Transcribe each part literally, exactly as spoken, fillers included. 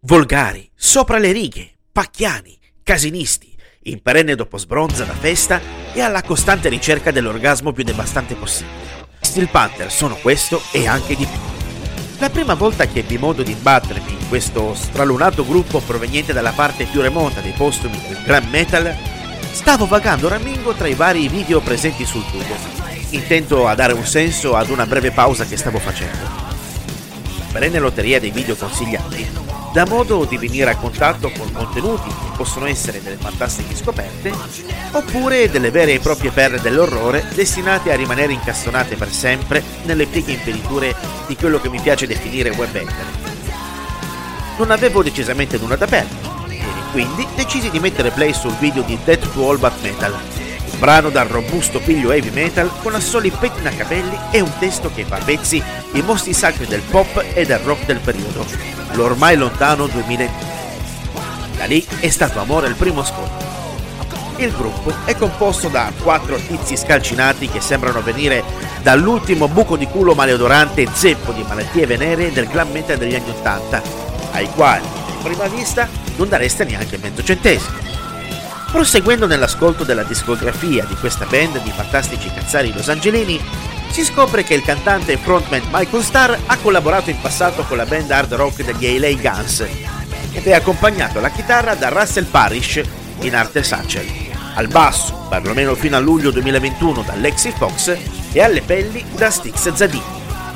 Volgari, sopra le righe, pacchiani, casinisti, in perenne dopo sbronza da festa e alla costante ricerca dell'orgasmo più devastante possibile. Steel Panther sono questo e anche di più. La prima volta che ebbi modo di imbattermi in questo stralunato gruppo proveniente dalla parte più remota dei postumi del glam metal, stavo vagando ramingo tra i vari video presenti sul tubo, intento a dare un senso ad una breve pausa che stavo facendo. La perenne lotteria dei video consigliati dà modo di venire a contatto con contenuti che possono essere delle fantastiche scoperte oppure delle vere e proprie perle dell'orrore destinate a rimanere incastonate per sempre nelle pieghe impediture di quello che mi piace definire web hater. Non avevo decisamente nulla da perdere e quindi decisi di mettere play sul video di Death to All But Metal, un brano dal robusto piglio heavy metal con assoli pettinacapelli e un testo che fa a pezzi i mostri sacri del pop e del rock del periodo, l'ormai lontano duemila. Da lì è stato amore al primo ascolto. Il gruppo è composto da quattro tizi scalcinati che sembrano venire dall'ultimo buco di culo maleodorante zeppo di malattie venere del glam metal degli anni ottanta, ai quali, a prima vista, non dareste neanche mezzo centesimo. Proseguendo nell'ascolto della discografia di questa band di fantastici cazzari losangelini, si scopre che il cantante e frontman Michael Starr ha collaborato in passato con la band hard rock degli L A Guns ed è accompagnato alla chitarra da Russell Parrish in arte Satchel, al basso, perlomeno fino a luglio duemilaventuno, da Lexi Fox e alle pelli da Styx Zadini.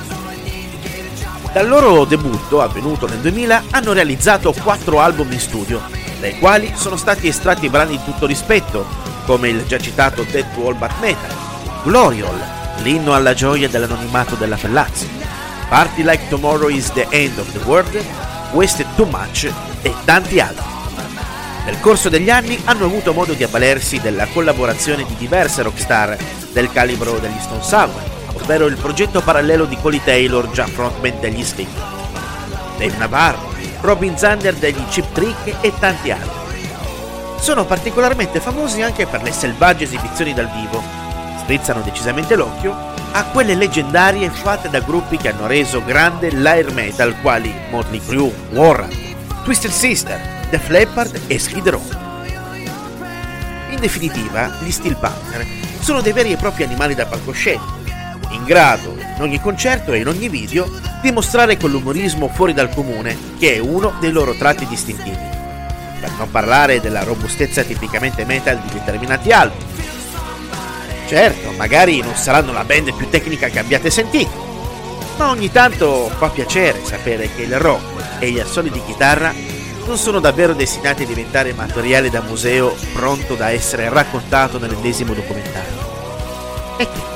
Dal loro debutto, avvenuto nel duemila, hanno realizzato quattro album in studio, dai quali sono stati estratti brani di tutto rispetto, come il già citato Death to All But Metal, Gloriol, l'inno alla gioia dell'anonimato della Fellazzi, Party Like Tomorrow Is The End of the World, Wasted Too Much e tanti altri. Nel corso degli anni hanno avuto modo di avvalersi della collaborazione di diverse rockstar del calibro degli Stone Sour, ovvero il progetto parallelo di Coley Taylor, già frontman degli Sting, Dave Navarro, Robin Zander degli Cheap Trick e tanti altri. Sono particolarmente famosi anche per le selvagge esibizioni dal vivo. Strizzano decisamente l'occhio a quelle leggendarie fatte da gruppi che hanno reso grande l'air metal quali Motley Crue, Warrant, Twisted Sister, Def Leppard e Skid Row. In definitiva, gli Steel Panther sono dei veri e propri animali da palcoscenico, in grado, in ogni concerto e in ogni video, di mostrare quell'umorismo fuori dal comune che è uno dei loro tratti distintivi. Per non parlare della robustezza tipicamente metal di determinati album. Certo, magari non saranno la band più tecnica che abbiate sentito, ma ogni tanto fa piacere sapere che il rock e gli assoli di chitarra non sono davvero destinati a diventare materiale da museo pronto da essere raccontato nell'ennesimo documentario. E che